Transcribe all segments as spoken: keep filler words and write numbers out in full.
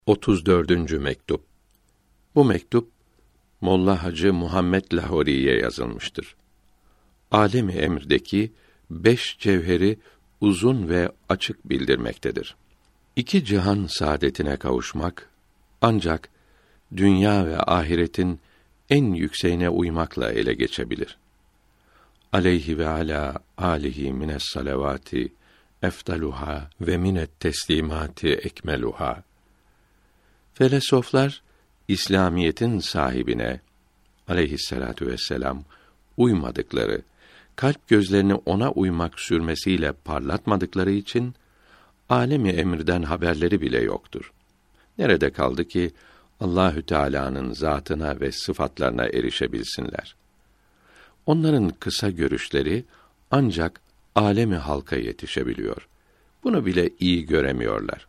otuz dördüncü mektup. Bu mektup Molla Hacı Muhammed Lahori'ye yazılmıştır. Alem-i Emr'deki beş cevheri uzun ve açık bildirmektedir. İki cihan saadetine kavuşmak ancak dünya ve ahiretin en yükseğine uymakla ele geçebilir. Aleyhi ve ala alihi mines salavati efdaluha ve minet teslimati ekmeluha. Felsefeler İslamiyetin sahibine aleyhissalatu vesselam uymadıkları, kalp gözlerini ona uymak sürmesiyle parlatmadıkları için alemi emirden haberleri bile yoktur. Nerede kaldı ki Allahü Teala'nın zatına ve sıfatlarına erişebilsinler? Onların kısa görüşleri ancak alemi halka yetişebiliyor. Bunu bile iyi göremiyorlar.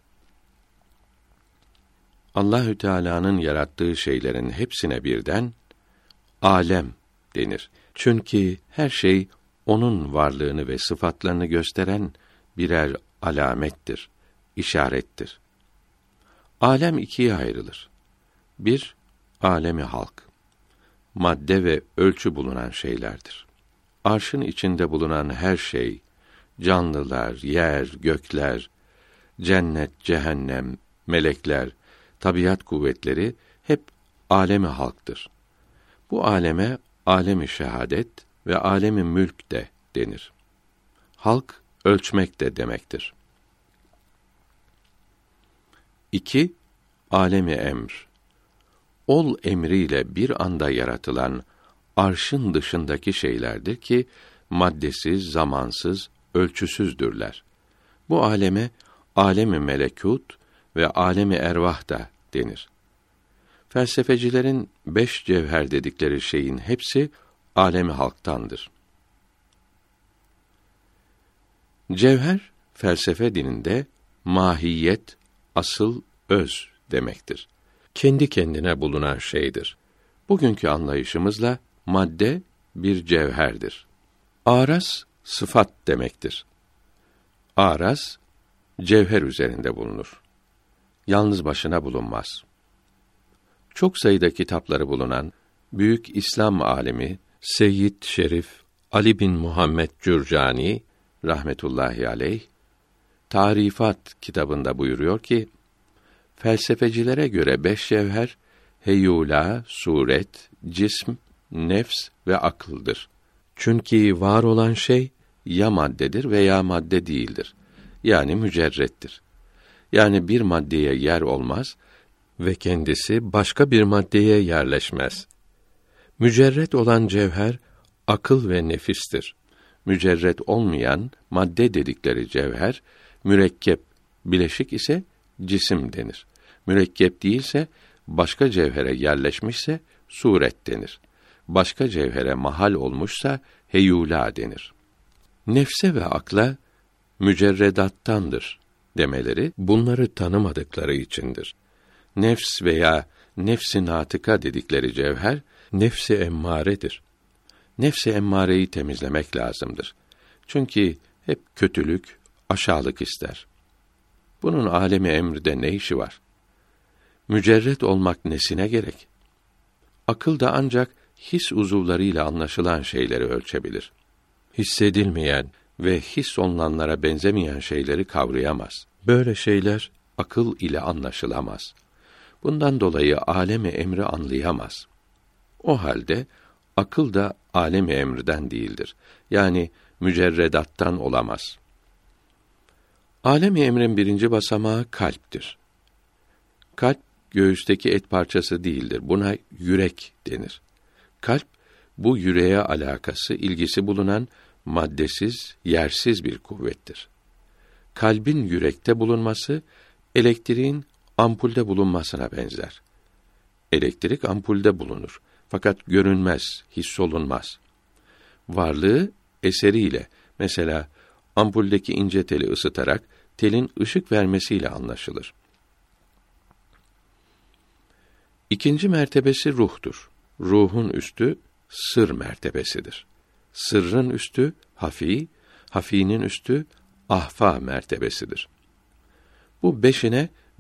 Allahü Teala'nın yarattığı şeylerin hepsine birden alem denir. Çünkü her şey onun varlığını ve sıfatlarını gösteren birer alamettir, işarettir. Alem ikiye ayrılır. Bir, alemi halk. Madde ve ölçü bulunan şeylerdir. Arşın içinde bulunan her şey, canlılar, yer, gökler, cennet, cehennem, melekler, tabiat kuvvetleri hep alemi halktır. Bu aleme alemi şehadet ve alemi mülk de denir. Halk ölçmek de demektir. İki, alemi emr. Ol emriyle bir anda yaratılan arşın dışındaki şeylerdir ki maddesiz, zamansız, ölçüsüzdürler. Bu aleme alemi melekût ve alemi ervah da denir. Felsefecilerin beş cevher dedikleri şeyin hepsi alemi halktandır. Cevher, felsefe dininde mahiyet, asıl, öz demektir. Kendi kendine bulunan şeydir. Bugünkü anlayışımızla madde bir cevherdir. Araz, sıfat demektir. Araz, cevher üzerinde bulunur. Yalnız başına bulunmaz. Çok sayıda kitapları bulunan büyük İslam alimi Seyyid Şerif Ali bin Muhammed Cürcani rahmetullahi aleyh Tarifat kitabında buyuruyor ki, felsefecilere göre beş cevher heyula, suret, cism, nefs ve akıldır. Çünkü var olan şey ya maddedir veya madde değildir. Yani mücerrettir. Yani bir maddeye yer olmaz ve kendisi başka bir maddeye yerleşmez. Mücerret olan cevher akıl ve nefistir. Mücerret olmayan madde dedikleri cevher mürekkep, bileşik ise cisim denir. Mürekkep değilse başka cevhere yerleşmişse suret denir. Başka cevhere mahal olmuşsa heyula denir. Nefse ve akla mücerredattandır demeleri bunları tanımadıkları içindir. Nefs veya nefs-i natıka dedikleri cevher nefs-i emmaredir. Nefs-i emmareyi temizlemek lazımdır. Çünkü hep kötülük, aşağılık ister. Bunun alemi emrde ne işi var? Mücerret olmak nesine gerek? Akıl da ancak his uzuvlarıyla anlaşılan şeyleri ölçebilir. Hissedilmeyen ve his olunanlara benzemeyen şeyleri kavrayamaz. Böyle şeyler akıl ile anlaşılamaz. Bundan dolayı alemi emri anlayamaz. O halde akıl da alemi emrden değildir. Yani mücerredattan olamaz. Alemi emrin birinci basamağı kalptir. Kalp göğüsteki et parçası değildir. Buna yürek denir. Kalp bu yüreğe alakası, ilgisi bulunan maddesiz, yersiz bir kuvvettir. Kalbin yürekte bulunması elektriğin ampulde bulunmasına benzer. Elektrik ampulde bulunur fakat görünmez, hissolunmaz. Varlığı eseriyle, mesela ampuldeki ince teli ısıtarak telin ışık vermesiyle anlaşılır. İkinci mertebesi ruhtur. Ruhun üstü sır mertebesidir. Sırrın üstü hafi, hafinin üstü ahfa mertebesidir. Bu beşine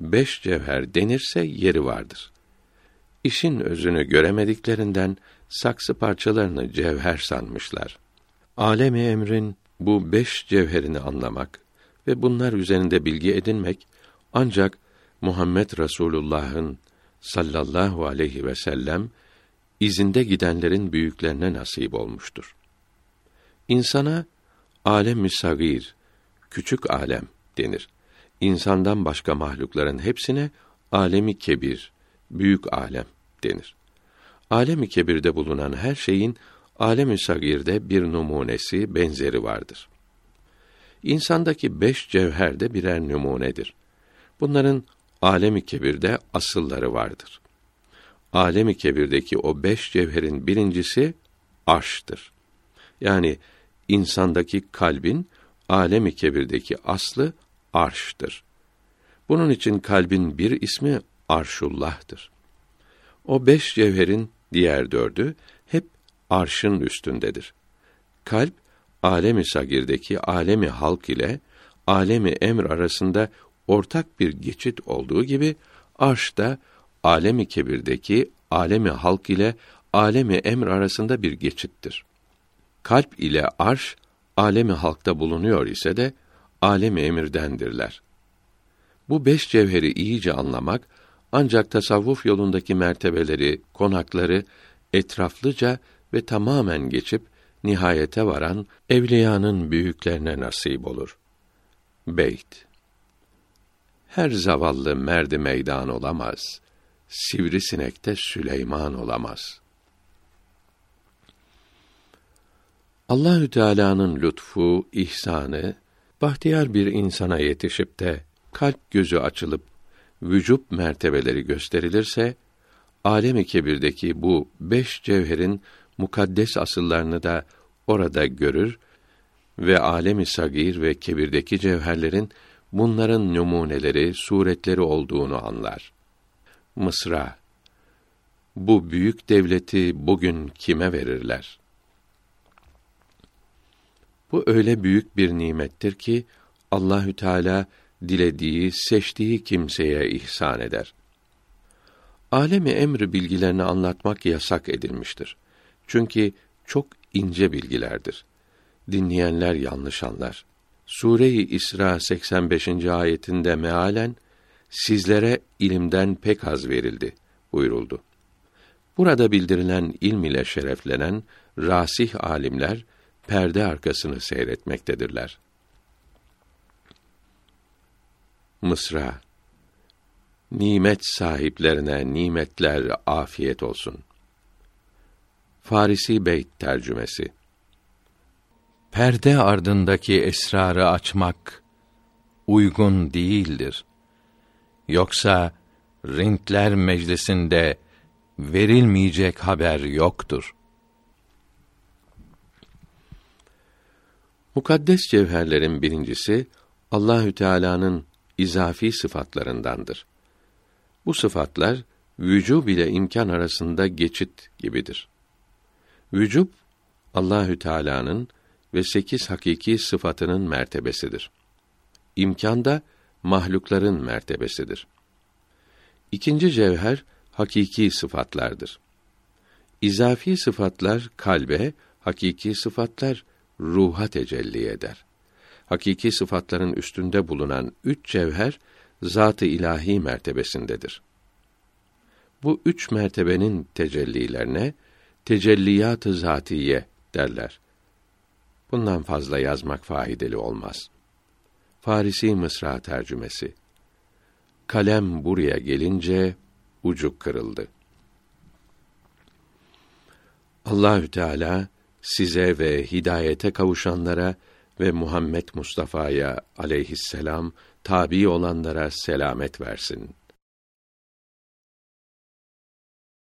beş cevher denirse yeri vardır. İşin özünü göremediklerinden saksı parçalarını cevher sanmışlar. Alem-i emrin bu beş cevherini anlamak ve bunlar üzerinde bilgi edinmek ancak Muhammed Resulullah'ın sallallahu aleyhi ve sellem izinde gidenlerin büyüklerine nasip olmuştur. İnsana alem-i sagîr, küçük alem denir. İnsandan başka mahlukların hepsine alem-i kebir, büyük alem denir. Alem-i kebirde bulunan her şeyin alem-i sagîrde bir numunesi, benzeri vardır. İnsandaki beş cevher de birer numunedir. Bunların alem-i kebirde asılları vardır. Alem-i kebirdeki o beş cevherin birincisi arş'tır. Yani insandaki kalbin alem-i kebirdeki aslı arş'tır. Bunun için kalbin bir ismi Arşullah'tır. O beş cevherin diğer dördü hep arşın üstündedir. Kalp, alem-i sagirdeki alem-i halk ile alem-i emr arasında ortak bir geçit olduğu gibi, arş da alem-i kebirdeki alem-i halk ile alem-i emr arasında bir geçittir. Kalp ile arş, alem-i halkta bulunuyor ise de alem-i emirdendirler. Bu beş cevheri iyice anlamak, ancak tasavvuf yolundaki mertebeleri, konakları etraflıca ve tamamen geçip nihayete varan evliyanın büyüklerine nasip olur. Beyt. Her zavallı merdi meydan olamaz, sivrisinekte Süleyman olamaz. Allahü Teala'nın lütfu, ihsanı, bahtiyar bir insana yetişip de kalp gözü açılıp vücub mertebeleri gösterilirse, alem-i kebirdeki bu beş cevherin mukaddes asıllarını da orada görür ve alem-i sagîr ve kebirdeki cevherlerin bunların numuneleri, suretleri olduğunu anlar. Mısra. Bu büyük devleti bugün kime verirler? Bu öyle büyük bir nimettir ki Allahü Teala dilediği, seçtiği kimseye ihsan eder. Alem-i emr bilgilerini anlatmak yasak edilmiştir. Çünkü çok ince bilgilerdir. Dinleyenler yanlış anlar. Sure-i İsra seksen beşinci ayetinde mealen sizlere ilimden pek az verildi buyuruldu. Burada bildirilen ilm ile şereflenen rasih alimler perde arkasını seyretmektedirler. Mısra. Nimet sahiplerine nimetler afiyet olsun. Farisi Beyt tercümesi. Perde ardındaki esrarı açmak uygun değildir. Yoksa Rintler meclisinde verilmeyecek haber yoktur. Mukaddes cevherlerin birincisi Allahü Teala'nın izafi sıfatlarındandır. Bu sıfatlar vücub ile imkan arasında geçit gibidir. Vücub Allahü Teala'nın ve sekiz hakiki sıfatının mertebesidir. İmkan da mahlukların mertebesidir. İkinci cevher hakiki sıfatlardır. İzafi sıfatlar kalbe, hakiki sıfatlar ruha tecelli eder. Hakiki sıfatların üstünde bulunan üç cevher zat-ı ilahi mertebesindedir. Bu üç mertebenin tecellilerine tecelliyat-ı zatiye derler. Bundan fazla yazmak faydalı olmaz. Farisi Mısra tercümesi. Kalem buraya gelince ucu kırıldı. Allahü Teala size ve hidayete kavuşanlara ve Muhammed Mustafa'ya aleyhisselam tabi olanlara selamet versin.